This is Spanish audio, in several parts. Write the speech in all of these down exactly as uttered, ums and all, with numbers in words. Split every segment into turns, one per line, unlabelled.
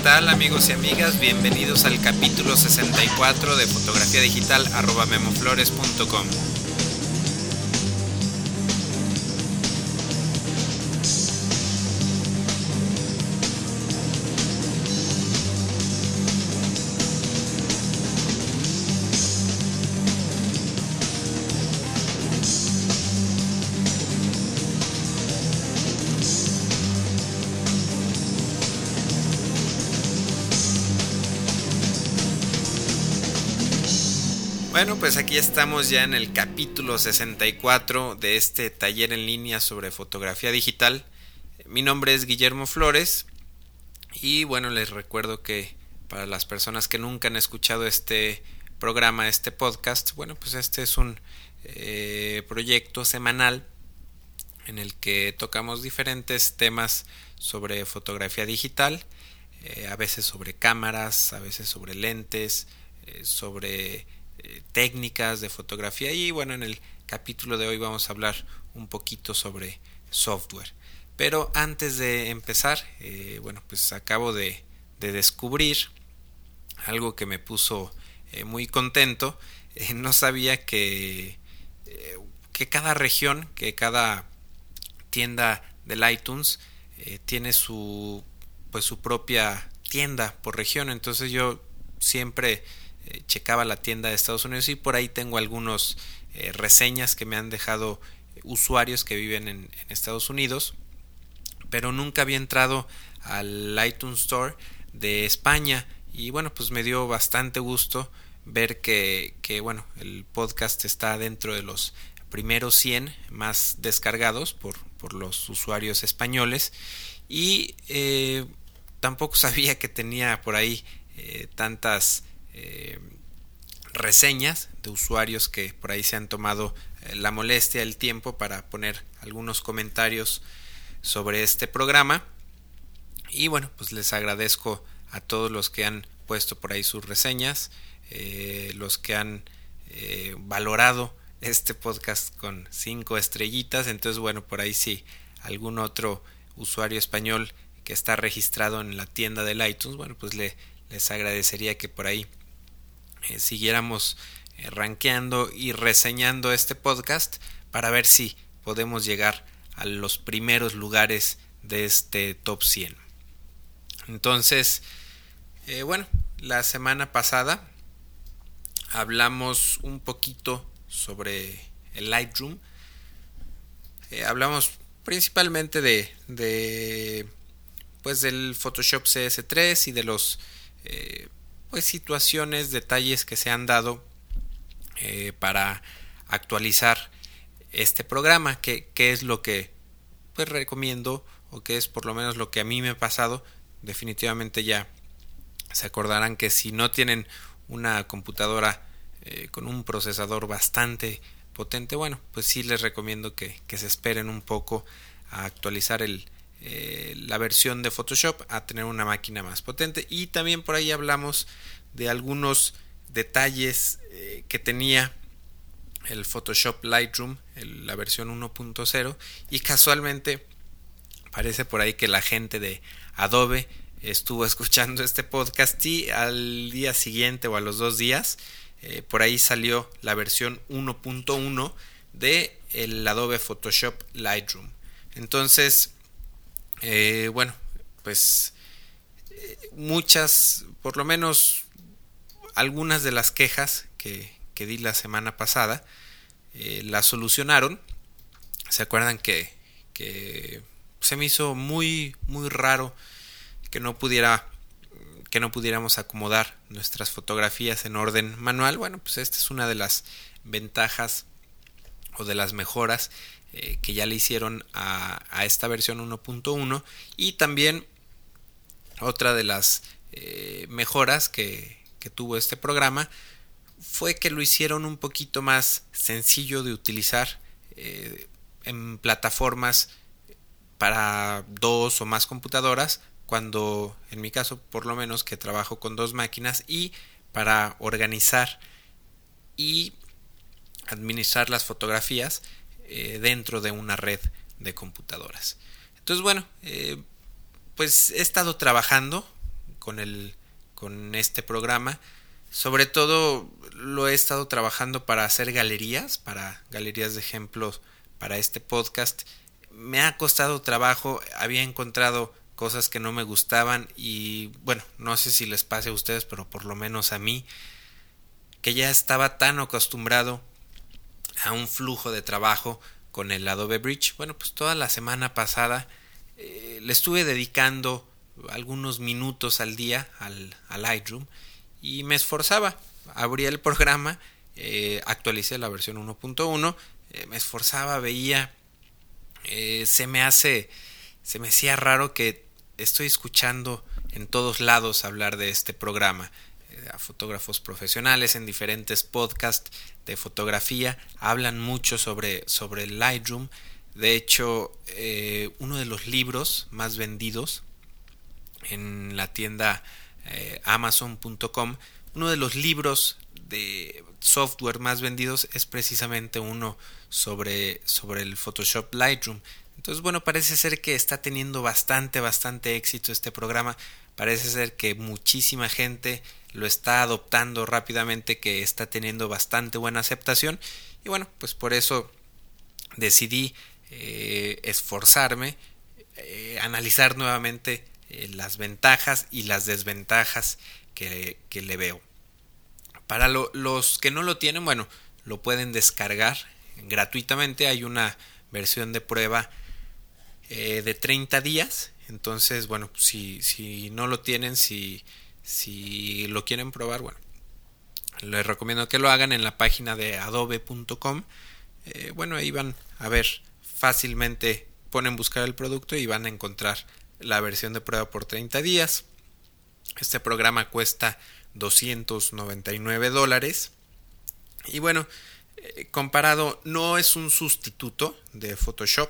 tal, amigos y amigas? Bienvenidos al capítulo sesenta y cuatro de fotografía digital arroba memoflores punto com. Bueno, pues aquí estamos ya en el capítulo sesenta y cuatro de este taller en línea sobre fotografía digital. Mi nombre es Guillermo Flores y bueno, les recuerdo que para las personas que nunca han escuchado este programa, este podcast, bueno, pues este es un eh, proyecto semanal en el que tocamos diferentes temas sobre fotografía digital, eh, a veces sobre cámaras, a veces sobre lentes, eh, sobre técnicas de fotografía y bueno, en el capítulo de hoy vamos a hablar un poquito sobre software. Pero antes de empezar, eh, bueno, pues acabo de, de descubrir algo que me puso eh, muy contento. Eh, no sabía que, eh, que cada región, que cada tienda del iTunes eh, tiene su, pues su propia tienda por región. Entonces yo siempre Eh, checaba la tienda de Estados Unidos y por ahí tengo algunos eh, reseñas que me han dejado eh, usuarios que viven en, en Estados Unidos, pero nunca había entrado al iTunes Store de España y bueno, pues me dio bastante gusto ver que, que bueno, el podcast está dentro de los primeros cien más descargados por, por los usuarios españoles y eh, tampoco sabía que tenía por ahí eh, tantas Eh, reseñas de usuarios que por ahí se han tomado eh, la molestia, el tiempo para poner algunos comentarios sobre este programa y bueno, pues les agradezco a todos los que han puesto por ahí sus reseñas, eh, los que han eh, valorado este podcast con cinco estrellitas. Entonces bueno, por ahí si algún otro usuario español que está registrado en la tienda del iTunes, bueno, pues le, les agradecería que por ahí Eh, siguiéramos eh, rankeando y reseñando este podcast para ver si podemos llegar a los primeros lugares de este top cien. Entonces, eh, bueno, la semana pasada hablamos un poquito sobre el Lightroom. Eh, hablamos principalmente de, de pues del Photoshop C S tres y de los eh, pues situaciones, detalles que se han dado eh, para actualizar este programa, que, que es lo que pues recomiendo o que es por lo menos lo que a mí me ha pasado. Definitivamente ya se acordarán que si no tienen una computadora eh, con un procesador bastante potente, bueno, pues sí les recomiendo que, que se esperen un poco a actualizar el Eh, la versión de Photoshop, a tener una máquina más potente. Y también por ahí hablamos de algunos detalles eh, que tenía el Photoshop Lightroom, el, la versión uno punto cero, y casualmente parece por ahí que la gente de Adobe estuvo escuchando este podcast y al día siguiente o a los dos días eh, por ahí salió la versión uno punto uno de el Adobe Photoshop Lightroom. Entonces Eh, bueno, pues eh, muchas, por lo menos algunas de las quejas que, que di la semana pasada, eh, las solucionaron. ¿Se acuerdan que, que se me hizo muy, muy raro que no pudiera, que no pudiéramos acomodar nuestras fotografías en orden manual? Bueno, pues esta es una de las ventajas o de las mejoras Eh, que ya le hicieron a, a esta versión uno punto uno. Y también otra de las eh, mejoras que, que tuvo este programa fue que lo hicieron un poquito más sencillo de utilizar eh, en plataformas para dos o más computadoras, cuando en mi caso por lo menos que trabajo con dos máquinas, y para organizar y administrar las fotografías Eh, dentro de una red de computadoras. Entonces bueno, eh, pues he estado trabajando con el con este programa. Sobre todo lo he estado trabajando para hacer galerías, para galerías de ejemplos para este podcast. Me ha costado trabajo, había encontrado cosas que no me gustaban y bueno, no sé si les pase a ustedes, pero por lo menos a mí, que ya estaba tan acostumbrado a un flujo de trabajo con el Adobe Bridge. Bueno, pues toda la semana pasada eh, le estuve dedicando algunos minutos al día al, al Lightroom y me esforzaba. Abrí el programa, eh, actualicé la versión uno punto uno, eh, me esforzaba, veía, eh, se me hace, se me hacía raro que estoy escuchando en todos lados hablar de este programa, eh, a fotógrafos profesionales en diferentes podcasts de fotografía, hablan mucho sobre, sobre el Lightroom. De hecho, eh, uno de los libros más vendidos en la tienda eh, amazon punto com, uno de los libros de software más vendidos es precisamente uno sobre, sobre el Photoshop Lightroom. Entonces, bueno, parece ser que está teniendo bastante, bastante éxito este programa. Parece ser que muchísima gente lo está adoptando rápidamente, que está teniendo bastante buena aceptación. Y bueno, pues por eso decidí eh, esforzarme, eh, analizar nuevamente eh, las ventajas y las desventajas que, que le veo. Para lo, los que no lo tienen, bueno, lo pueden descargar gratuitamente. Hay una versión de prueba eh, de treinta días. Entonces, bueno, si, si no lo tienen, si, si lo quieren probar, bueno, les recomiendo que lo hagan en la página de adobe punto com. Eh, bueno, ahí van a ver fácilmente, ponen buscar el producto y van a encontrar la versión de prueba por treinta días. Este programa cuesta doscientos noventa y nueve dólares. Y bueno, eh, comparado, no es un sustituto de Photoshop.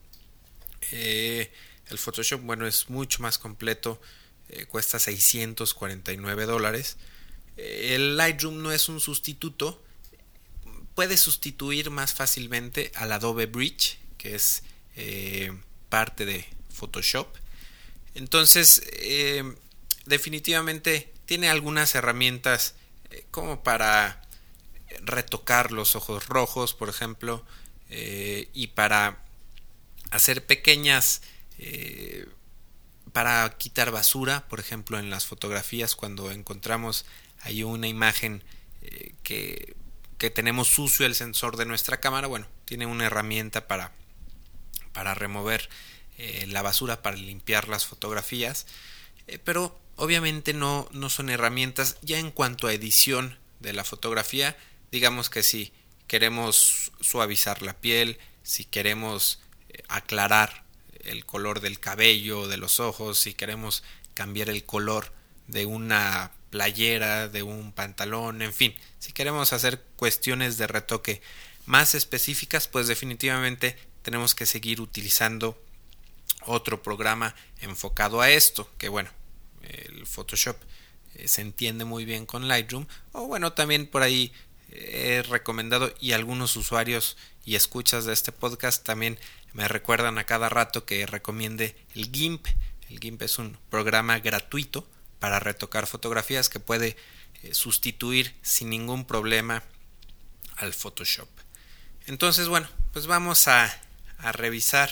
Eh, el Photoshop, bueno, es mucho más completo, eh, cuesta seiscientos cuarenta y nueve dólares. Eh, el Lightroom no es un sustituto, puede sustituir más fácilmente al Adobe Bridge, que es eh, parte de Photoshop. Entonces, eh, definitivamente tiene algunas herramientas eh, como para retocar los ojos rojos, por ejemplo, eh, y para hacer pequeñas, eh, para quitar basura, por ejemplo, en las fotografías, cuando encontramos ahí una imagen eh, que, que tenemos sucio el sensor de nuestra cámara, bueno, tiene una herramienta para, para remover eh, la basura, para limpiar las fotografías, eh, pero obviamente no, no son herramientas. Ya en cuanto a edición de la fotografía, digamos que si queremos suavizar la piel, si queremos eh, aclarar el color del cabello, de los ojos, si queremos cambiar el color de una playera, de un pantalón, en fin, si queremos hacer cuestiones de retoque más específicas, pues definitivamente tenemos que seguir utilizando otro programa enfocado a esto, que bueno, el Photoshop eh, se entiende muy bien con Lightroom. O bueno, también por ahí eh, he recomendado, y algunos usuarios y escuchas de este podcast también me recuerdan a cada rato que recomiende el GIMP. El GIMP es un programa gratuito para retocar fotografías que puede eh, sustituir sin ningún problema al Photoshop. Entonces, bueno, pues vamos a, a revisar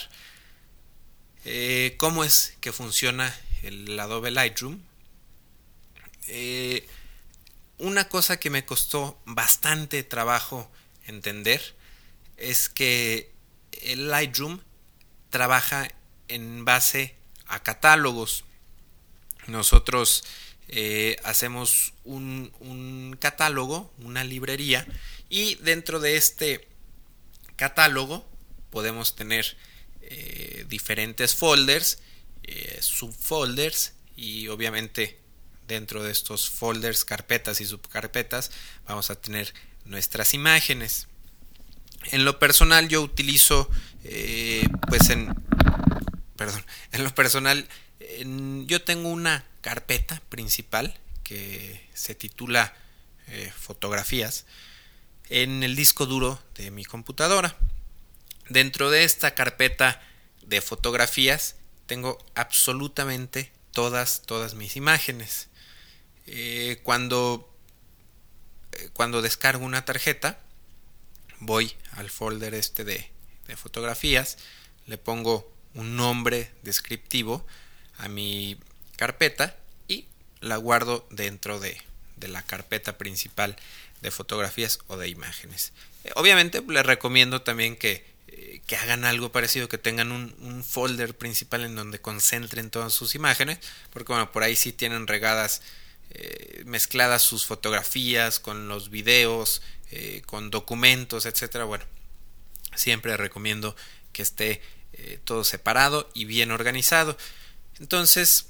eh, cómo es que funciona el Adobe Lightroom. Eh, una cosa que me costó bastante trabajo entender es que el Lightroom trabaja en base a catálogos. Nosotros eh, hacemos un, un catálogo, una librería, y dentro de este catálogo podemos tener eh, diferentes folders, eh, subfolders, y obviamente dentro de estos folders, carpetas y subcarpetas, vamos a tener nuestras imágenes. En lo personal yo utilizo eh, pues en perdón, en lo personal en, yo tengo una carpeta principal que se titula eh, fotografías en el disco duro de mi computadora. Dentro de esta carpeta de fotografías tengo absolutamente todas, todas mis imágenes. Eh, cuando, eh, cuando descargo una tarjeta, voy al folder este de, de fotografías, le pongo un nombre descriptivo a mi carpeta y la guardo dentro de, de la carpeta principal de fotografías o de imágenes. Eh, obviamente les recomiendo también que, eh, que hagan algo parecido, que tengan un, un folder principal en donde concentren todas sus imágenes, porque bueno, por ahí sí tienen regadas, eh, mezcladas sus fotografías con los videos, eh, con documentos, etcétera. Bueno, siempre recomiendo que esté eh, todo separado y bien organizado. Entonces,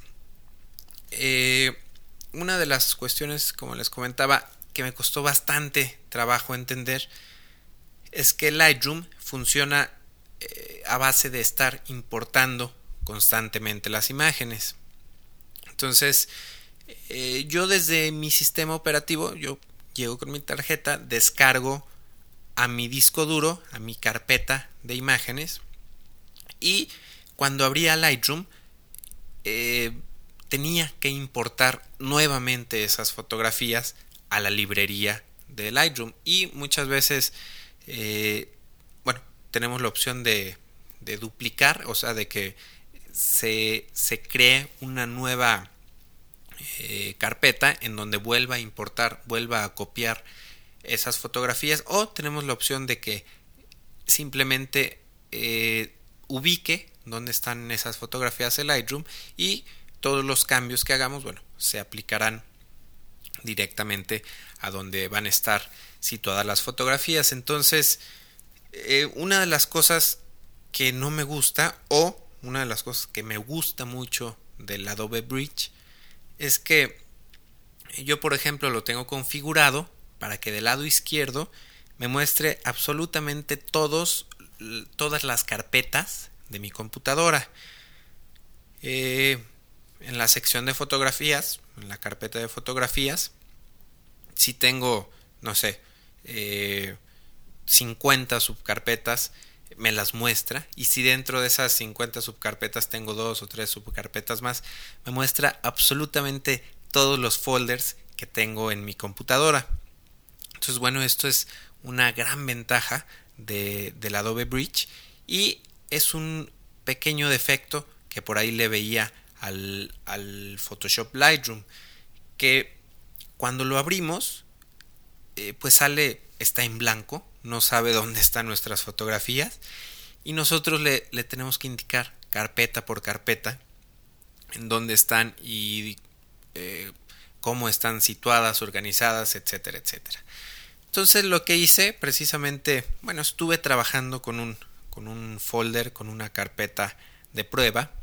eh, una de las cuestiones, como les comentaba, que me costó bastante trabajo entender, es que Lightroom funciona eh, a base de estar importando constantemente las imágenes. Entonces, eh, yo desde mi sistema operativo, yo llego con mi tarjeta, descargo a mi disco duro, a mi carpeta de imágenes, y cuando abría Lightroom, eh, tenía que importar nuevamente esas fotografías a la librería de Lightroom. Y muchas veces, eh, bueno, tenemos la opción de, de duplicar, o sea, de que se, se cree una nueva eh, carpeta en donde vuelva a importar, vuelva a copiar esas fotografías, o tenemos la opción de que simplemente eh, ubique dónde están esas fotografías en Lightroom y todos los cambios que hagamos, bueno, se aplicarán directamente a donde van a estar situadas las fotografías. Entonces, eh, una de las cosas que no me gusta, o una de las cosas que me gusta mucho del Adobe Bridge, es que yo, por ejemplo, lo tengo configurado para que del lado izquierdo me muestre absolutamente todos, todas las carpetas de mi computadora. Eh, en la sección de fotografías, en la carpeta de fotografías, si tengo, no sé, eh, cincuenta subcarpetas, me las muestra, y si dentro de esas cincuenta subcarpetas tengo dos o tres subcarpetas más, me muestra absolutamente todos los folders que tengo en mi computadora. Entonces, bueno, esto es una gran ventaja de, del Adobe Bridge, y es un pequeño defecto que por ahí le veía al, al Photoshop Lightroom, que cuando lo abrimos, eh, pues sale, está en blanco, no sabe dónde están nuestras fotografías, y nosotros le, le tenemos que indicar carpeta por carpeta en dónde están y eh, cómo están situadas, organizadas, etcétera, etcétera. Entonces, lo que hice precisamente, bueno, estuve trabajando con un, con un folder, con una carpeta de prueba,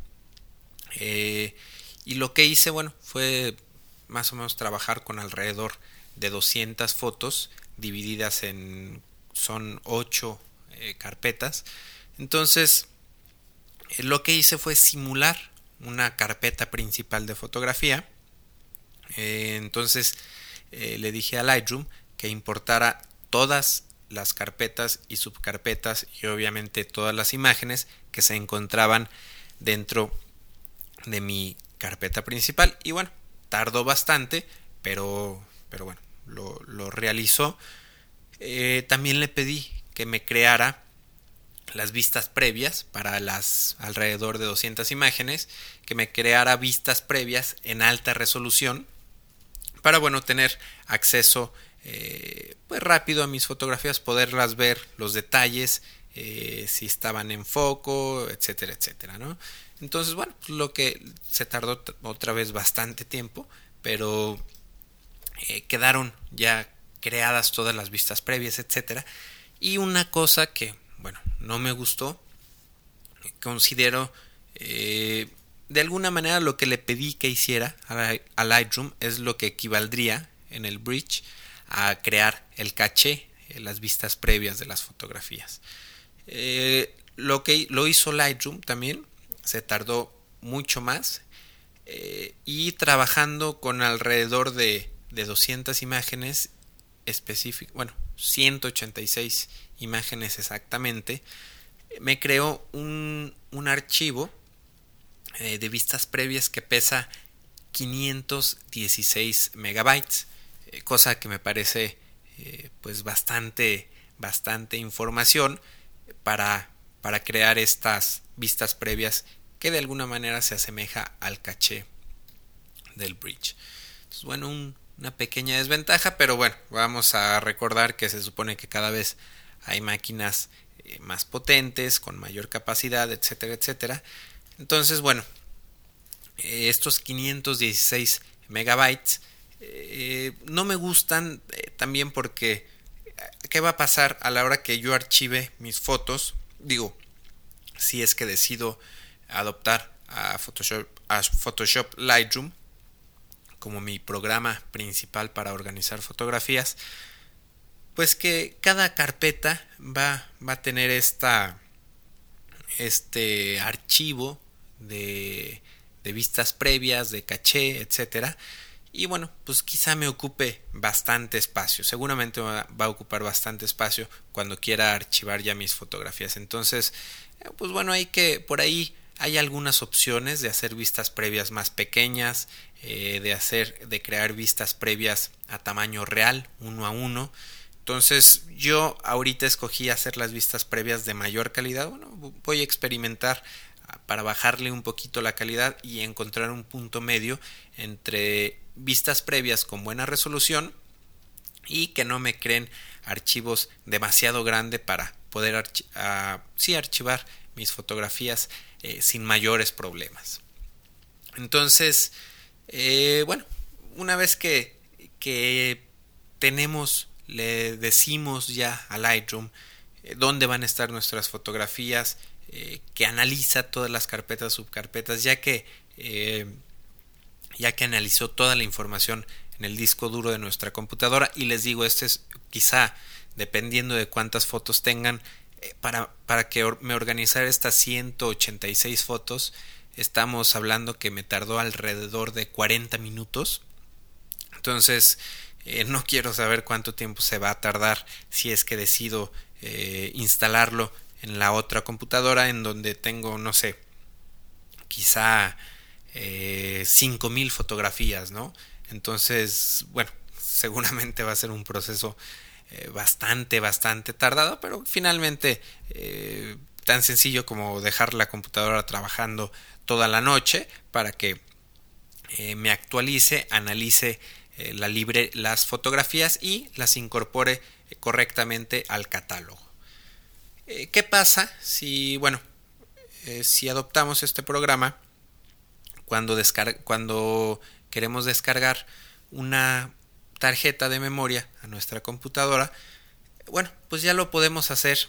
eh, y lo que hice, bueno, fue más o menos trabajar con alrededor de doscientas fotos divididas en, son ocho eh, carpetas. Entonces, eh, lo que hice fue simular una carpeta principal de fotografía. Eh, entonces, eh, le dije a Lightroom que importara todas las carpetas y subcarpetas, y obviamente todas las imágenes que se encontraban dentro de mi carpeta principal. Y bueno, tardó bastante, pero, pero bueno, lo, lo realizó. Eh, también le pedí que me creara las vistas previas para las alrededor de doscientas imágenes, que me creara vistas previas en alta resolución para, bueno, tener acceso eh, pues rápido a mis fotografías, poderlas ver, los detalles, eh, si estaban en foco, etcétera, etcétera, ¿no? Entonces, bueno, pues lo que se tardó otra vez bastante tiempo, pero eh, quedaron ya creadas todas las vistas previas, etcétera. Y una cosa que, bueno, no me gustó, considero eh, de alguna manera lo que le pedí que hiciera a Lightroom es lo que equivaldría en el Bridge a crear el caché, eh, las vistas previas de las fotografías. Eh, lo que lo hizo Lightroom también se tardó mucho más, eh, y trabajando con alrededor de, de doscientas imágenes específicas, bueno, ciento ochenta y seis imágenes exactamente, me creó un, un archivo eh, de vistas previas que pesa quinientos dieciséis megabytes, eh, cosa que me parece eh, pues bastante, bastante información para, para crear estas vistas previas que de alguna manera se asemeja al caché del bridge. Entonces, bueno, un, una pequeña desventaja, pero bueno, vamos a recordar que se supone que cada vez hay máquinas eh, más potentes, con mayor capacidad, etcétera, etcétera. Entonces, bueno, eh, estos quinientos dieciséis megabytes eh, no me gustan eh, también porque ¿qué va a pasar a la hora que yo archive mis fotos? Digo, si es que decido adoptar a Photoshop, a Photoshop Lightroom como mi programa principal para organizar fotografías, pues que cada carpeta va, va a tener esta, este archivo de, de vistas previas, de caché, etcétera. Y bueno, pues quizá me ocupe bastante espacio. Seguramente va, va a ocupar bastante espacio cuando quiera archivar ya mis fotografías. Entonces, pues bueno, hay que, por ahí hay algunas opciones de hacer vistas previas más pequeñas, eh, de hacer, de crear vistas previas a tamaño real, uno a uno. Entonces, yo ahorita escogí hacer las vistas previas de mayor calidad. Bueno, voy a experimentar para bajarle un poquito la calidad y encontrar un punto medio entre vistas previas con buena resolución y que no me creen archivos demasiado grandes para poder archi uh, sí, archivar mis fotografías eh, sin mayores problemas. Entonces, eh, bueno, una vez que, que tenemos, le decimos ya a Lightroom eh, dónde van a estar nuestras fotografías, eh, que analiza todas las carpetas, subcarpetas, ya que eh, ya que analizó toda la información en el disco duro de nuestra computadora. Y les digo, este es quizá, dependiendo de cuántas fotos tengan, eh, para, para que or me organizara estas ciento ochenta y seis fotos, estamos hablando que me tardó alrededor de cuarenta minutos. Entonces, eh, no quiero saber cuánto tiempo se va a tardar si es que decido eh, instalarlo en la otra computadora, en donde tengo, no sé, quizá Eh, cinco mil fotografías, ¿no? Entonces, bueno, seguramente va a ser un proceso eh, bastante, bastante tardado, pero finalmente eh, tan sencillo como dejar la computadora trabajando toda la noche para que eh, me actualice, analice eh, la libre, las fotografías y las incorpore eh, correctamente al catálogo. Eh, ¿Qué pasa si, bueno, eh, si adoptamos este programa? Cuando, descarga, cuando queremos descargar una tarjeta de memoria a nuestra computadora, bueno, pues ya lo podemos hacer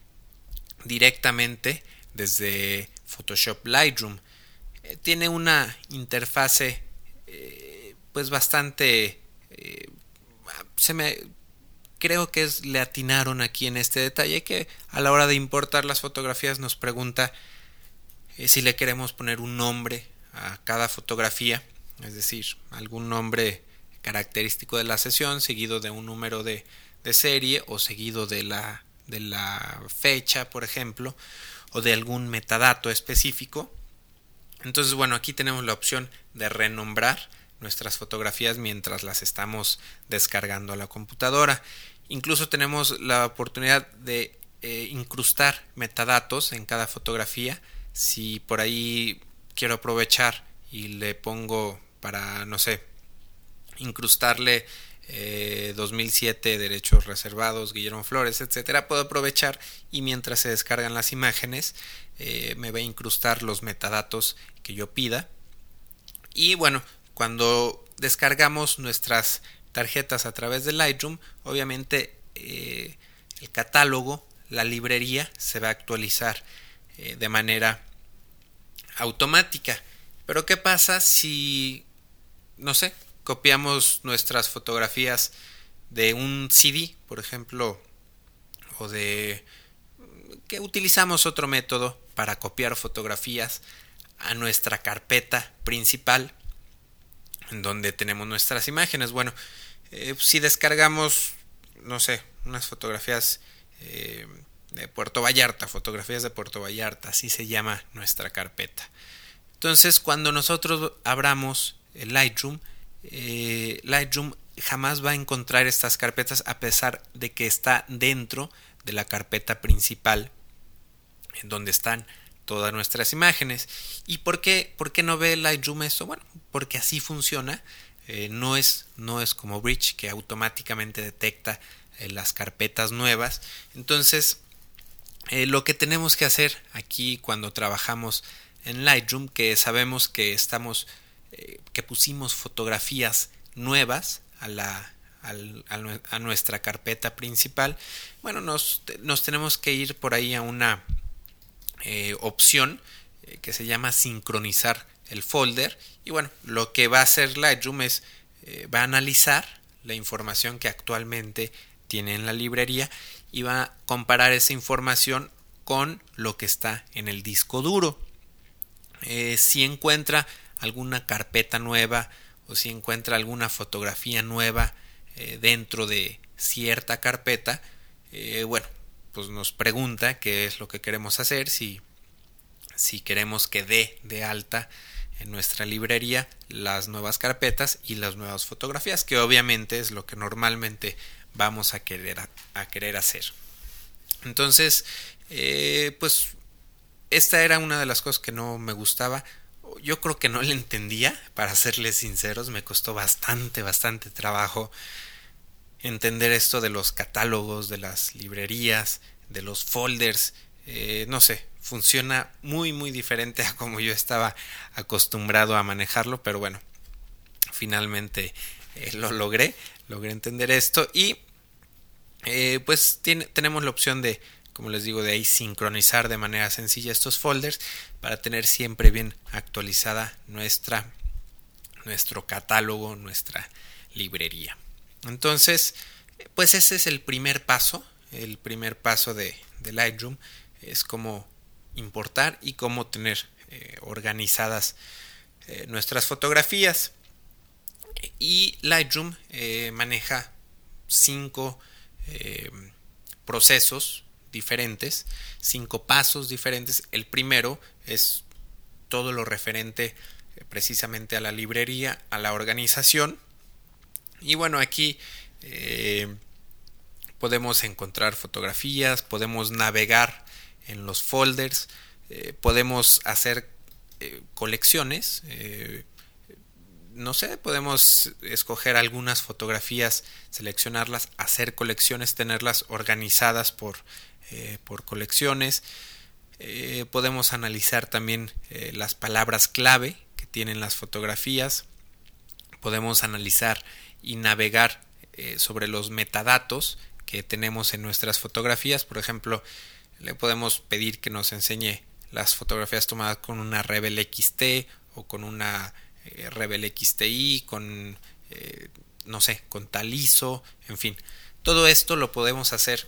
directamente desde Photoshop Lightroom. Eh, tiene una interfase eh, pues bastante eh, se me creo que es, le atinaron aquí en este detalle, que a la hora de importar las fotografías nos pregunta eh, si le queremos poner un nombre a cada fotografía, es decir, algún nombre característico de la sesión seguido de un número de, de serie o seguido de la, de la fecha, por ejemplo, o de algún metadato específico. Entonces, bueno, aquí tenemos la opción de renombrar nuestras fotografías mientras las estamos descargando a la computadora. Incluso tenemos la oportunidad de eh, incrustar metadatos en cada fotografía. Si por ahí quiero aprovechar y le pongo para, no sé, incrustarle eh, dos mil siete derechos reservados, Guillermo Flores, etcétera, puedo aprovechar y mientras se descargan las imágenes eh, me va a incrustar los metadatos que yo pida. Y bueno, cuando descargamos nuestras tarjetas a través de Lightroom, obviamente eh, el catálogo, la librería se va a actualizar eh, de manera automática. Pero ¿qué pasa si, no sé, copiamos nuestras fotografías de un C D, por ejemplo, o de que utilizamos otro método para copiar fotografías a nuestra carpeta principal en donde tenemos nuestras imágenes? Bueno, eh, si descargamos, no sé, unas fotografías eh, de Puerto Vallarta, fotografías de Puerto Vallarta, así se llama nuestra carpeta. Entonces, cuando nosotros abramos el Lightroom, eh, Lightroom jamás va a encontrar estas carpetas a pesar de que está dentro de la carpeta principal en donde están todas nuestras imágenes. ¿Y por qué, por qué no ve Lightroom esto? Bueno, porque así funciona. Eh, no es, no es como Bridge, que automáticamente detecta eh, las carpetas nuevas. Entonces, eh, lo que tenemos que hacer aquí cuando trabajamos en Lightroom, que sabemos que estamos, eh, que pusimos fotografías nuevas a la al, a, a nuestra carpeta principal, bueno, nos, nos tenemos que ir por ahí a una eh, opción eh, que se llama sincronizar el folder. Y bueno, lo que va a hacer Lightroom es eh, va a analizar la información que actualmente tiene en la librería y va a comparar esa información con lo que está en el disco duro. Eh, si encuentra alguna carpeta nueva o si encuentra alguna fotografía nueva eh, dentro de cierta carpeta, eh, bueno, pues nos pregunta qué es lo que queremos hacer, si, si queremos que dé de alta en nuestra librería las nuevas carpetas y las nuevas fotografías, que obviamente es lo que normalmente vamos a querer, a, a querer hacer. Entonces, eh, pues esta era una de las cosas que no me gustaba. Yo creo que no le entendía, para serles sinceros. Me costó bastante, bastante trabajo entender esto de los catálogos, de las librerías, de los folders. Eh, no sé, funciona muy, muy diferente a como yo estaba acostumbrado a manejarlo, pero bueno, finalmente eh, lo logré, logré entender esto y eh, pues tiene, tenemos la opción de, como les digo, de ahí sincronizar de manera sencilla estos folders para tener siempre bien actualizada nuestra, nuestro catálogo, nuestra librería. Entonces, pues ese es el primer paso, el primer paso de, de Lightroom, es cómo importar y cómo tener eh, organizadas eh, nuestras fotografías. Y Lightroom eh, maneja cinco eh, procesos diferentes, cinco pasos diferentes. El primero es todo lo referente eh, precisamente a la librería, a la organización. Y bueno, aquí eh, podemos encontrar fotografías, podemos navegar en los folders, eh, podemos hacer eh, colecciones, eh, no sé, podemos escoger algunas fotografías, seleccionarlas, hacer colecciones, tenerlas organizadas por, eh, por colecciones. Eh, podemos analizar también eh, las palabras clave que tienen las fotografías. Podemos analizar y navegar eh, sobre los metadatos que tenemos en nuestras fotografías. Por ejemplo, le podemos pedir que nos enseñe las fotografías tomadas con una Rebel X T o con una eh, Rebel X T I, con eh, no sé, con tal I S O, en fin. Todo esto lo podemos hacer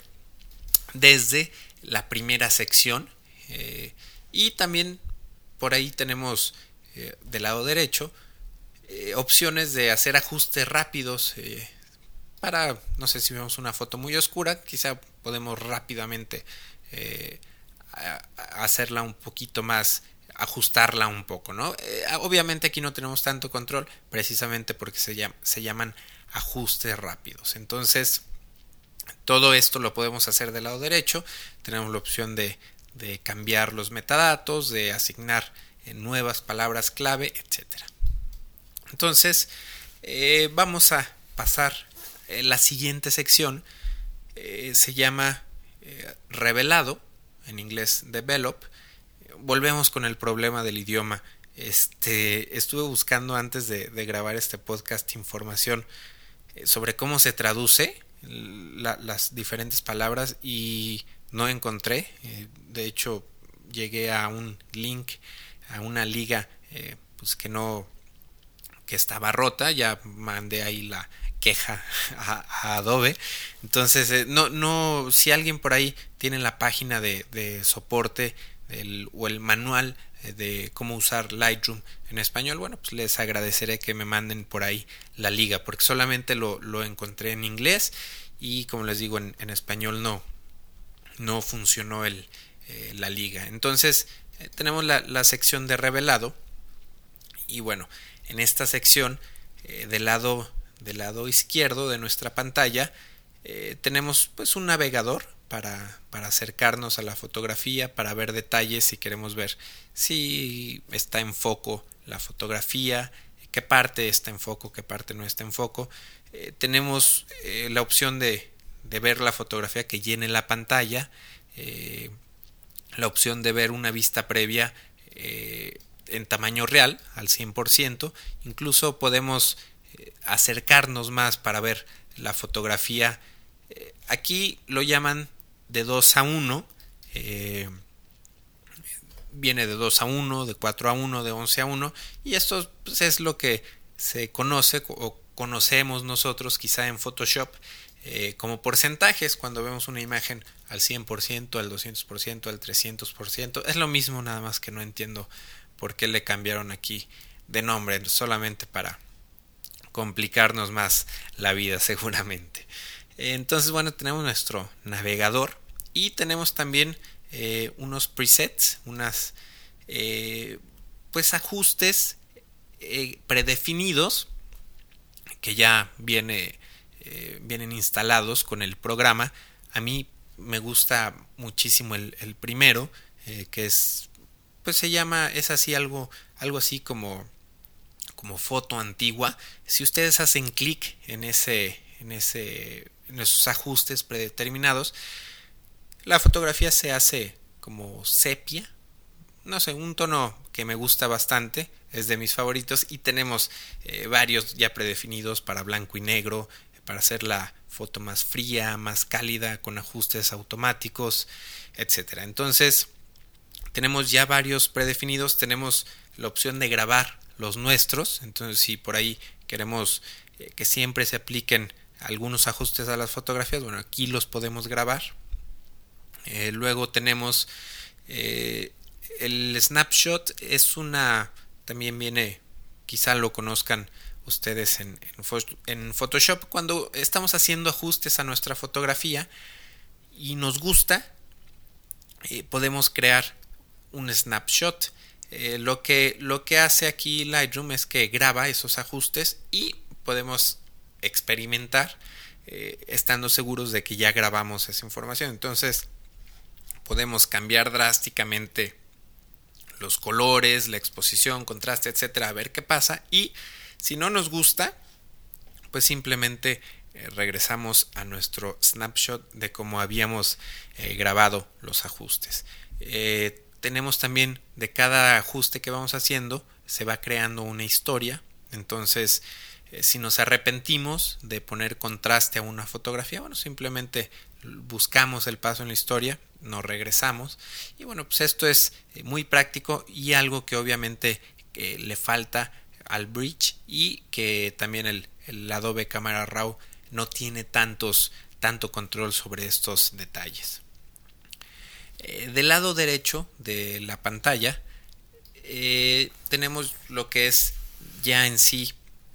desde la primera sección eh, y también por ahí tenemos eh, del lado derecho eh, opciones de hacer ajustes rápidos eh, para, no sé, si vemos una foto muy oscura, quizá podemos rápidamente eh, a, a hacerla un poquito más, ajustarla un poco, ¿no? Eh, obviamente aquí no tenemos tanto control, precisamente porque se, llama, se llaman ajustes rápidos. Entonces, todo esto lo podemos hacer del lado derecho. Tenemos la opción de, de cambiar los metadatos, de asignar eh, nuevas palabras clave, etcétera. Entonces, eh, vamos a pasar eh, la siguiente sección. Eh, se llama eh, revelado, en inglés develop. Volvemos con el problema del idioma. Este, estuve buscando antes de, de grabar este podcast información eh, sobre cómo se traduce la, las diferentes palabras y no encontré. Eh, de hecho, llegué a un link, a una liga eh, pues que no que estaba rota. Ya mandé ahí la queja a, a Adobe. Entonces, eh, no, no, si alguien por ahí tiene la página de, de soporte el, o el manual de cómo usar Lightroom en español, bueno, pues les agradeceré que me manden por ahí la liga, porque solamente lo, lo encontré en inglés y como les digo, en, en español no, no funcionó el, eh, la liga. Entonces, eh, tenemos la, la sección de revelado Y bueno, en esta sección eh, del lado del lado izquierdo de nuestra pantalla eh, tenemos pues un navegador para, para acercarnos a la fotografía, para ver detalles, si queremos ver si está en foco la fotografía, qué parte está en foco, qué parte no está en foco. Eh, tenemos eh, la opción de, de ver la fotografía que llene la pantalla, eh, la opción de ver una vista previa eh, en tamaño real al cien por ciento, incluso podemos eh, acercarnos más para ver la fotografía. Eh, aquí lo llaman de dos a uno, eh, viene de dos a uno, de cuatro a uno, de once a uno, y esto pues, es lo que se conoce o conocemos nosotros quizá en Photoshop eh, como porcentajes. Cuando vemos una imagen al cien por ciento, al doscientos por ciento, al trescientos por ciento, es lo mismo, nada más que no entiendo por qué le cambiaron aquí de nombre, solamente para complicarnos más la vida seguramente. Entonces bueno, tenemos nuestro navegador y tenemos también eh, unos presets, unas eh, pues ajustes eh, predefinidos que ya viene, eh, vienen instalados con el programa. A mí me gusta muchísimo el, el primero, eh, que es pues se llama, es así algo, algo así como como foto antigua. Si ustedes hacen clic en ese, en ese, en esos ajustes predeterminados, la fotografía se hace como sepia, no sé, un tono que me gusta bastante, es de mis favoritos, y tenemos eh, varios ya predefinidos para blanco y negro, para hacer la foto más fría, más cálida, con ajustes automáticos, etcétera. Entonces tenemos ya varios predefinidos, tenemos la opción de grabar los nuestros. Entonces si por ahí queremos eh, que siempre se apliquen algunos ajustes a las fotografías, bueno, aquí los podemos grabar. Eh, luego tenemos eh, el snapshot, es una, también viene, quizá lo conozcan ustedes en, en, en Photoshop, cuando estamos haciendo ajustes a nuestra fotografía y nos gusta, eh, podemos crear un snapshot. Eh, lo que lo que hace aquí Lightroom es que graba esos ajustes y podemos experimentar eh, estando seguros de que ya grabamos esa información. Entonces podemos cambiar drásticamente los colores, la exposición, contraste, etcétera, a ver qué pasa, y si no nos gusta, pues simplemente eh, regresamos a nuestro snapshot de cómo habíamos eh, grabado los ajustes. Eh, tenemos también, de cada ajuste que vamos haciendo se va creando una historia. Entonces eh, si nos arrepentimos de poner contraste a una fotografía, bueno, simplemente buscamos el paso en la historia, nos regresamos, y bueno, pues esto es muy práctico y algo que obviamente eh, le falta al Bridge, y que también el, el Adobe Camera Raw no tiene tantos tanto control sobre estos detalles. Eh, del lado derecho de la pantalla eh, tenemos lo que es ya en sí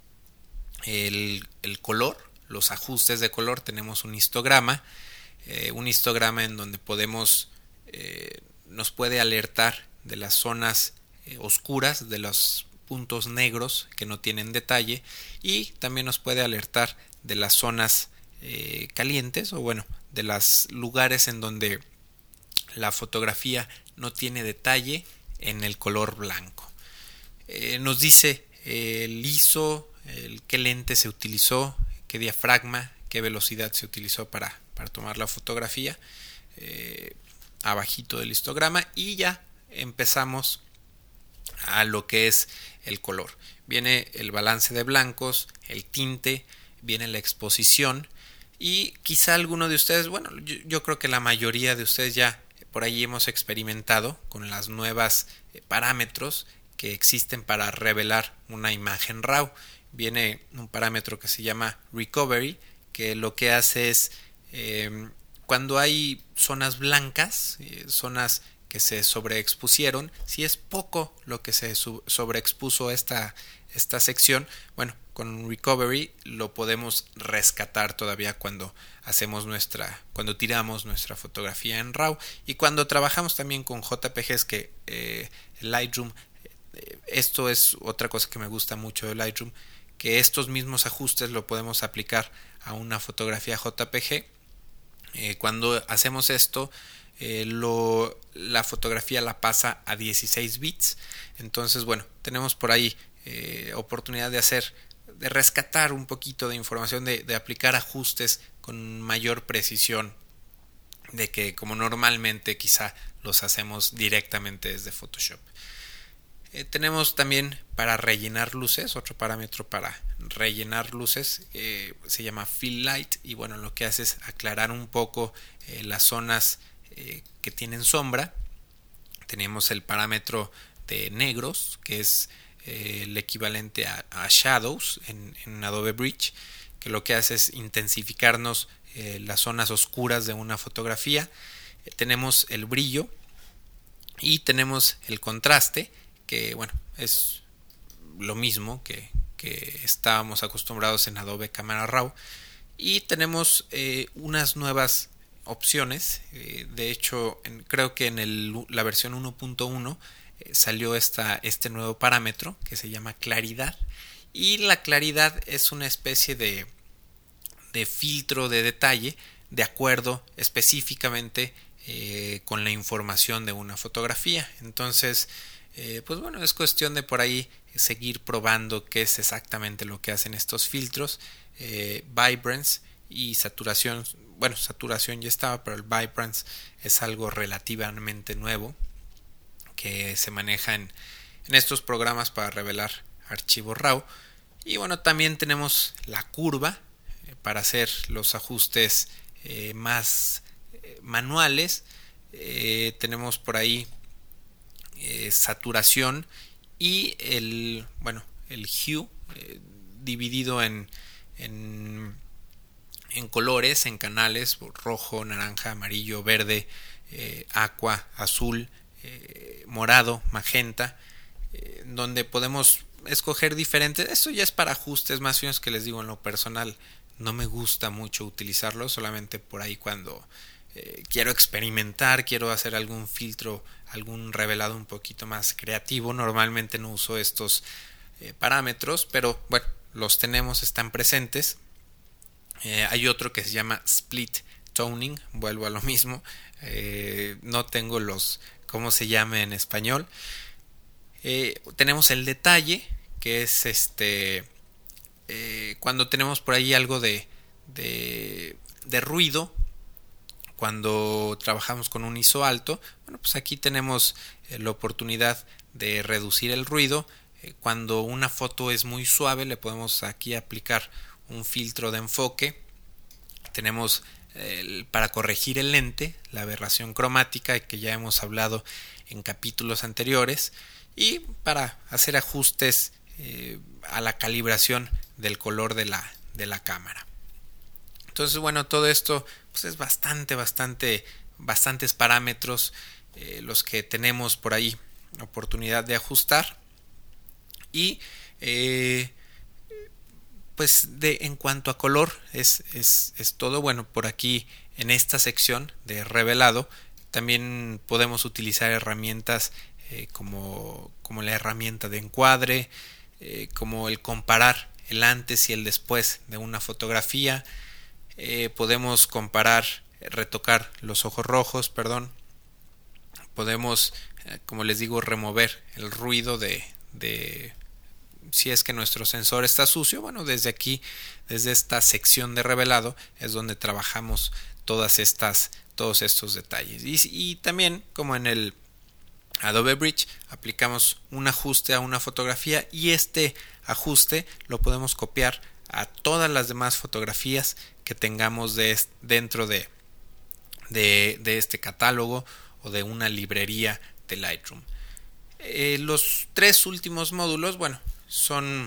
el, el color, los ajustes de color. Tenemos un histograma, eh, un histograma en donde podemos eh, nos puede alertar de las zonas eh, oscuras, de los puntos negros que no tienen detalle, y también nos puede alertar de las zonas eh, calientes, o bueno, de los lugares en donde la fotografía no tiene detalle en el color blanco. Eh, nos dice eh, el I S O, el, qué lente se utilizó, qué diafragma, qué velocidad se utilizó para, para tomar la fotografía, eh, abajito del histograma, y ya empezamos a lo que es el color. Viene el balance de blancos, el tinte, viene la exposición, y quizá alguno de ustedes, bueno, yo, yo creo que la mayoría de ustedes ya por ahí hemos experimentado con las nuevas eh, parámetros que existen para revelar una imagen RAW. Viene un parámetro que se llama Recovery, que lo que hace es eh, cuando hay zonas blancas, eh, zonas que se sobreexpusieron, si es poco lo que se sobreexpuso esta, esta sección, bueno, con Recovery lo podemos rescatar todavía cuando hacemos nuestra, cuando tiramos nuestra fotografía en RAW, y cuando trabajamos también con J P Gs que eh, Lightroom esto es otra cosa que me gusta mucho de Lightroom, que estos mismos ajustes lo podemos aplicar a una fotografía J P G. Eh, cuando hacemos esto, eh, lo, la fotografía la pasa a dieciséis bits. Entonces, bueno, tenemos por ahí eh, oportunidad de hacer, de rescatar un poquito de información, de, de aplicar ajustes con mayor precisión de que como normalmente quizá los hacemos directamente desde Photoshop. Eh, tenemos también para rellenar luces, otro parámetro para rellenar luces, eh, se llama Fill Light, y bueno, lo que hace es aclarar un poco eh, las zonas eh, que tienen sombra. Tenemos el parámetro de negros, que es eh, el equivalente a, a Shadows en, en Adobe Bridge, que lo que hace es intensificarnos eh, las zonas oscuras de una fotografía. Eh, tenemos el brillo y tenemos el contraste, que bueno, es lo mismo que, que estábamos acostumbrados en Adobe Camera Raw. Y tenemos eh, unas nuevas opciones. Eh, de hecho, en, creo que en el, la versión uno punto uno eh, salió esta, este nuevo parámetro que se llama claridad. Y la claridad es una especie de, de filtro de detalle de acuerdo específicamente eh, con la información de una fotografía. Entonces, Eh, pues bueno, es cuestión de por ahí seguir probando qué es exactamente lo que hacen estos filtros. eh, Vibrance y saturación, bueno, saturación ya estaba, pero el Vibrance es algo relativamente nuevo que se maneja en, en estos programas para revelar archivos RAW. Y bueno, también tenemos la curva eh, para hacer los ajustes eh, más eh, manuales. Eh, tenemos por ahí Eh, saturación y el bueno el hue eh, dividido en, en en colores, en canales: rojo, naranja, amarillo, verde, eh, aqua, azul, eh, morado, magenta, eh, donde podemos escoger diferentes. Esto ya es para ajustes más finos, que les digo, en lo personal no me gusta mucho utilizarlo, solamente por ahí cuando eh, quiero experimentar, quiero hacer algún filtro, algún revelado un poquito más creativo. Normalmente no uso estos eh, parámetros, pero bueno, los tenemos, están presentes. Eh, hay otro que se llama Split Toning, vuelvo a lo mismo, eh, no tengo los, cómo se llama en español. Eh, tenemos el detalle, que es este, eh, cuando tenemos por ahí algo de, de, de ruido, cuando trabajamos con un I S O alto. Bueno, pues aquí tenemos eh, la oportunidad de reducir el ruido. Eh, cuando una foto es muy suave, le podemos aquí aplicar un filtro de enfoque. Tenemos eh, para corregir el lente, la aberración cromática, que ya hemos hablado en capítulos anteriores, y para hacer ajustes eh, a la calibración del color de la, de la cámara. Entonces, bueno, todo esto pues es bastante, bastante, bastantes parámetros eh, los que tenemos por ahí oportunidad de ajustar. Y eh, pues de en cuanto a color es, es, es todo. Bueno, por aquí en esta sección de revelado también podemos utilizar herramientas eh, como, como la herramienta de encuadre, eh, como el comparar el antes y el después de una fotografía. Eh, podemos comparar, retocar los ojos rojos, perdón. Podemos, eh, como les digo, remover el ruido de, de si es que nuestro sensor está sucio. Bueno, desde aquí, desde esta sección de revelado, es donde trabajamos todas estas, todos estos detalles. Y, y también, como en el Adobe Bridge, aplicamos un ajuste a una fotografía, y este ajuste lo podemos copiar a todas las demás fotografías que tengamos de, dentro de, de, de este catálogo o de una librería de Lightroom. Eh, los tres últimos módulos, bueno, son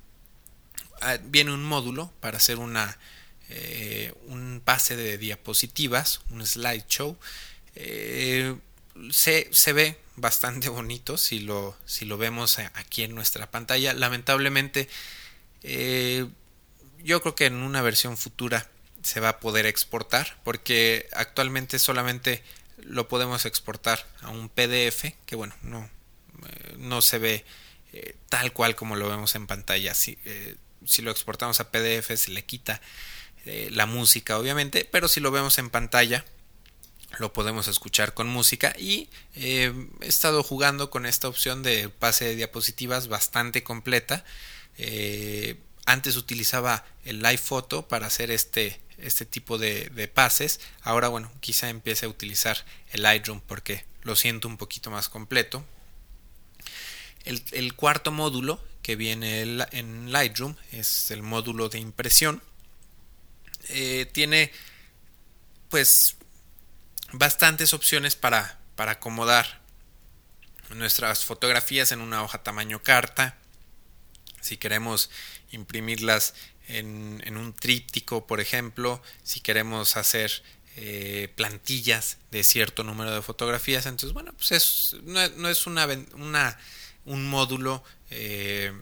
ah, viene un módulo para hacer una eh, un pase de diapositivas, un slideshow. Eh, se, se ve bastante bonito si lo, si lo vemos aquí en nuestra pantalla. Lamentablemente, eh, yo creo que en una versión futura se va a poder exportar, porque actualmente solamente lo podemos exportar a un P D F, que bueno, no, eh, no se ve eh, tal cual como lo vemos en pantalla. Si, eh, si lo exportamos a P D F se le quita eh, la música obviamente, pero si lo vemos en pantalla lo podemos escuchar con música. Y eh, he estado jugando con esta opción de pase de diapositivas bastante completa. eh, antes utilizaba el Live Photo para hacer este, este tipo de, de pases. Ahora bueno, quizá empiece a utilizar el Lightroom porque lo siento un poquito más completo. El, el cuarto módulo que viene en Lightroom es el módulo de impresión. Eh, tiene pues bastantes opciones para, para acomodar nuestras fotografías en una hoja tamaño carta. Si queremos imprimirlas en, en un tríptico, por ejemplo, si queremos hacer eh, plantillas de cierto número de fotografías, entonces bueno, pues es, no, no es una, una un módulo eh,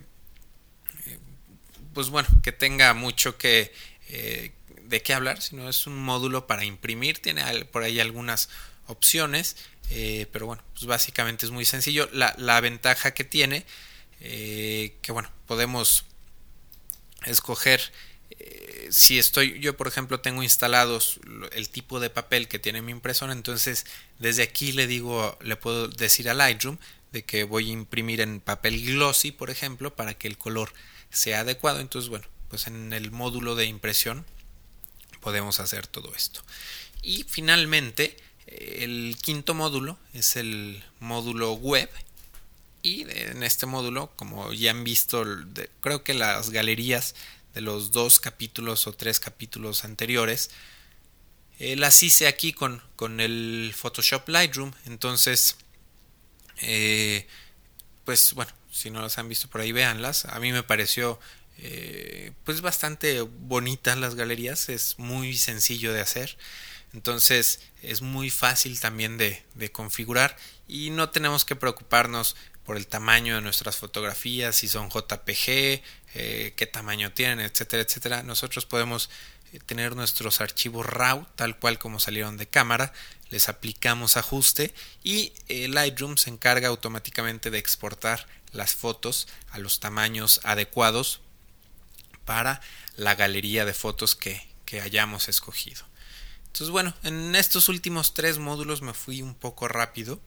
pues bueno, que tenga mucho que eh, de qué hablar, sino es un módulo para imprimir. Tiene por ahí algunas opciones, eh, pero bueno, pues básicamente es muy sencillo. La, la ventaja que tiene, eh, que bueno, podemos escoger eh, si estoy, yo por ejemplo tengo instalados el tipo de papel que tiene mi impresora, entonces desde aquí le digo, le puedo decir a Lightroom de que voy a imprimir en papel glossy, por ejemplo, para que el color sea adecuado. Entonces bueno, pues en el módulo de impresión podemos hacer todo esto. Y finalmente el quinto módulo es el módulo web. Y en este módulo, como ya han visto, creo que las galerías de los dos capítulos o tres capítulos anteriores eh, las hice aquí con, con el Photoshop Lightroom. Entonces eh, pues bueno, si no las han visto por ahí, véanlas. A mí me pareció eh, pues bastante bonitas las galerías. Es muy sencillo de hacer, entonces es muy fácil también de, de configurar y no tenemos que preocuparnos por el tamaño de nuestras fotografías, si son J P G, eh, qué tamaño tienen, etcétera, etcétera. Nosotros podemos tener nuestros archivos RAW tal cual como salieron de cámara, les aplicamos ajuste y eh, Lightroom se encarga automáticamente de exportar las fotos a los tamaños adecuados para la galería de fotos que, que hayamos escogido. Entonces bueno, en estos últimos tres módulos me fui un poco rápido.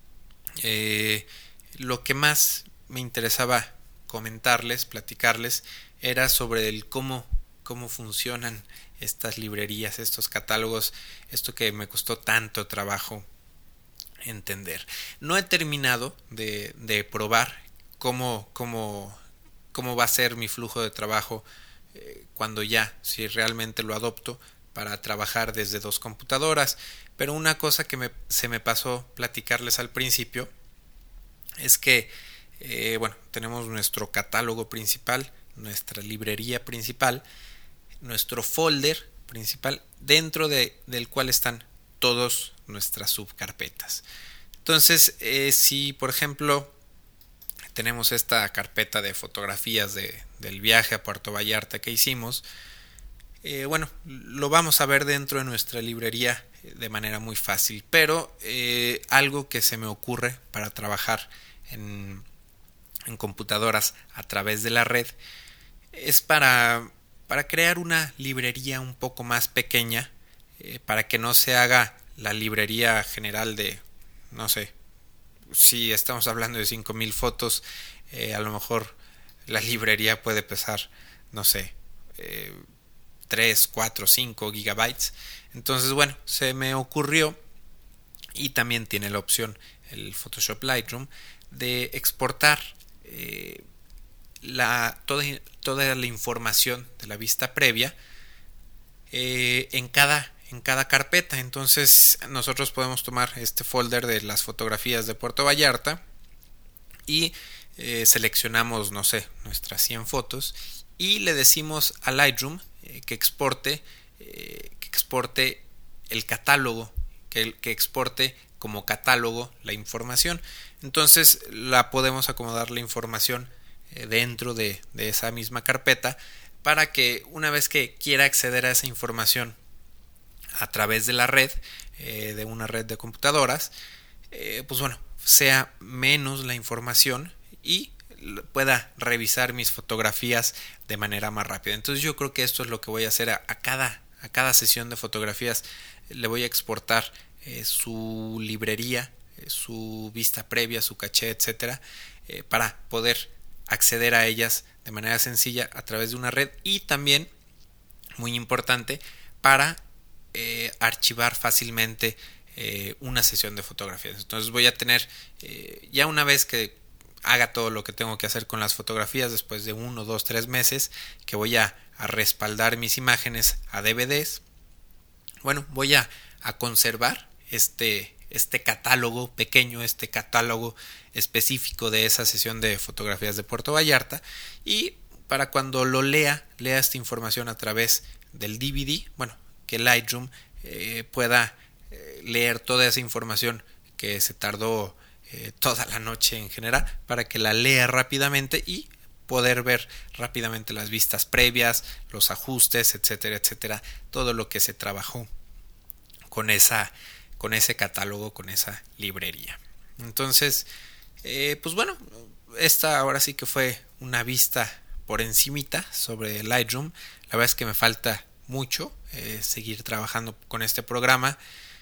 Eh, lo que más me interesaba comentarles, platicarles, era sobre el cómo, cómo funcionan estas librerías, estos catálogos, esto que me costó tanto trabajo entender. No he terminado de, de probar cómo, cómo, cómo va a ser mi flujo de trabajo eh, cuando ya, si realmente lo adopto para trabajar desde dos computadoras. Pero una cosa que me, se me pasó platicarles al principio es que eh, bueno, tenemos nuestro catálogo principal, nuestra librería principal, nuestro folder principal, dentro de, del cual están todas nuestras subcarpetas. Entonces, eh, si por ejemplo tenemos esta carpeta de fotografías de, del viaje a Puerto Vallarta que hicimos, eh, bueno, lo vamos a ver dentro de nuestra librería de manera muy fácil. Pero eh, algo que se me ocurre para trabajar en, en computadoras a través de la red es para, para crear una librería un poco más pequeña, eh, para que no se haga la librería general de, no sé, si estamos hablando de cinco mil fotos, eh, a lo mejor la librería puede pesar, no sé, eh, tres, cuatro, cinco gigabytes. Entonces bueno, se me ocurrió, y también tiene la opción el Photoshop Lightroom, de exportar eh, la, toda, toda la información de la vista previa eh, en cada en cada carpeta. Entonces nosotros podemos tomar este folder de las fotografías de Puerto Vallarta y eh, seleccionamos, no sé, nuestras cien fotos y le decimos a Lightroom eh, que exporte eh, que exporte el catálogo, que, que exporte como catálogo la información. Entonces la podemos acomodar la información eh, dentro de, de esa misma carpeta, para que una vez que quiera acceder a esa información a través de la red, eh, de una red de computadoras, eh, pues bueno, sea menos la información y pueda revisar mis fotografías de manera más rápida. Entonces yo creo que esto es lo que voy a hacer a, a cada a cada sesión de fotografías. Le voy a exportar eh, su librería, eh, su vista previa, su caché, etcétera, eh, para poder acceder a ellas de manera sencilla a través de una red, y también, muy importante, para eh, archivar fácilmente eh, una sesión de fotografías. Entonces voy a tener, eh, ya una vez que haga todo lo que tengo que hacer con las fotografías, después de uno, dos, tres meses, que voy a, a respaldar mis imágenes a D V Ds, bueno, voy a, a conservar este, este catálogo pequeño, este catálogo específico de esa sesión de fotografías de Puerto Vallarta, y para cuando lo lea, lea esta información a través del D V D, bueno, que Lightroom eh, pueda eh, leer toda esa información que se tardó eh, toda la noche en generar, para que la lea rápidamente y poder ver rápidamente las vistas previas, los ajustes, etcétera, etcétera, todo lo que se trabajó con esa, con ese catálogo, con esa librería. Entonces, eh, pues bueno, esta ahora sí que fue una vista por encimita sobre Lightroom. La verdad es que me falta mucho eh, seguir trabajando con este programa.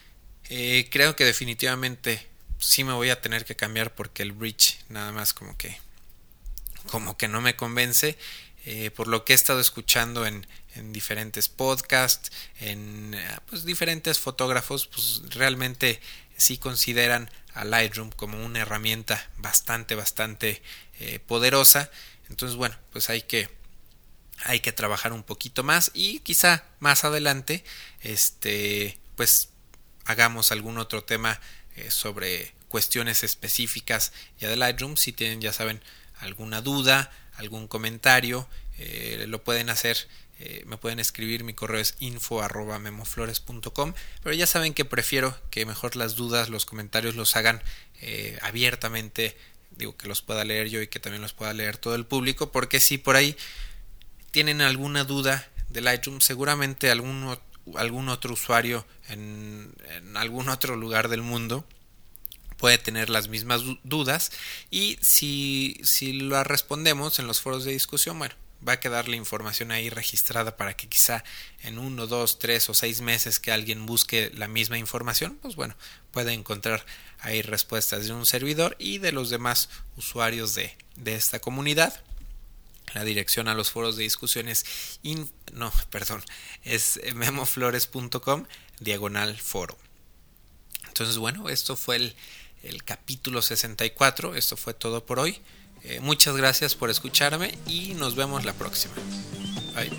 Eh, creo que definitivamente sí me voy a tener que cambiar, porque el bridge nada más como que como que no me convence, eh, por lo que he estado escuchando en, en diferentes podcasts, en pues diferentes fotógrafos, pues realmente sí consideran a Lightroom como una herramienta bastante bastante eh, poderosa. Entonces bueno, pues hay que hay que trabajar un poquito más, y quizá más adelante este pues hagamos algún otro tema eh, sobre cuestiones específicas ya de Lightroom. Si tienen, ya saben, alguna duda, algún comentario, eh, lo pueden hacer, eh, me pueden escribir. Mi correo es info arroba memoflores punto com, pero ya saben que prefiero que mejor las dudas, los comentarios los hagan eh, abiertamente, digo, que los pueda leer yo y que también los pueda leer todo el público, porque si por ahí tienen alguna duda de Lightroom, seguramente algún, algún otro usuario en, en algún otro lugar del mundo puede tener las mismas dudas, y si, si las respondemos en los foros de discusión, bueno, va a quedar la información ahí registrada para que quizá en uno, dos, tres o seis meses que alguien busque la misma información, pues bueno, pueda encontrar ahí respuestas de un servidor y de los demás usuarios de, de esta comunidad. La dirección a los foros de discusión es in, no, perdón, es memoflores punto com diagonal foro. Entonces bueno, esto fue el el capítulo sesenta y cuatro. Esto fue todo por hoy. Eh, muchas gracias por escucharme y nos vemos la próxima. Bye.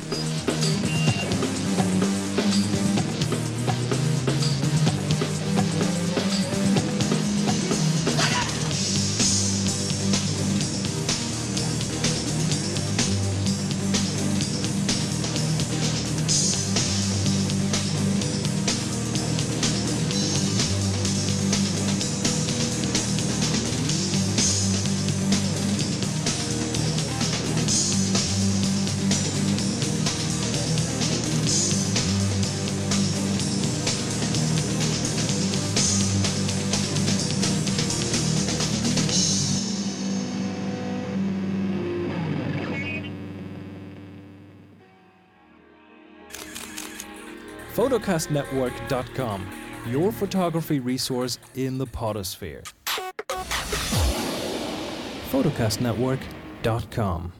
photocast network dot com, your photography resource in the podosphere. photocast network dot com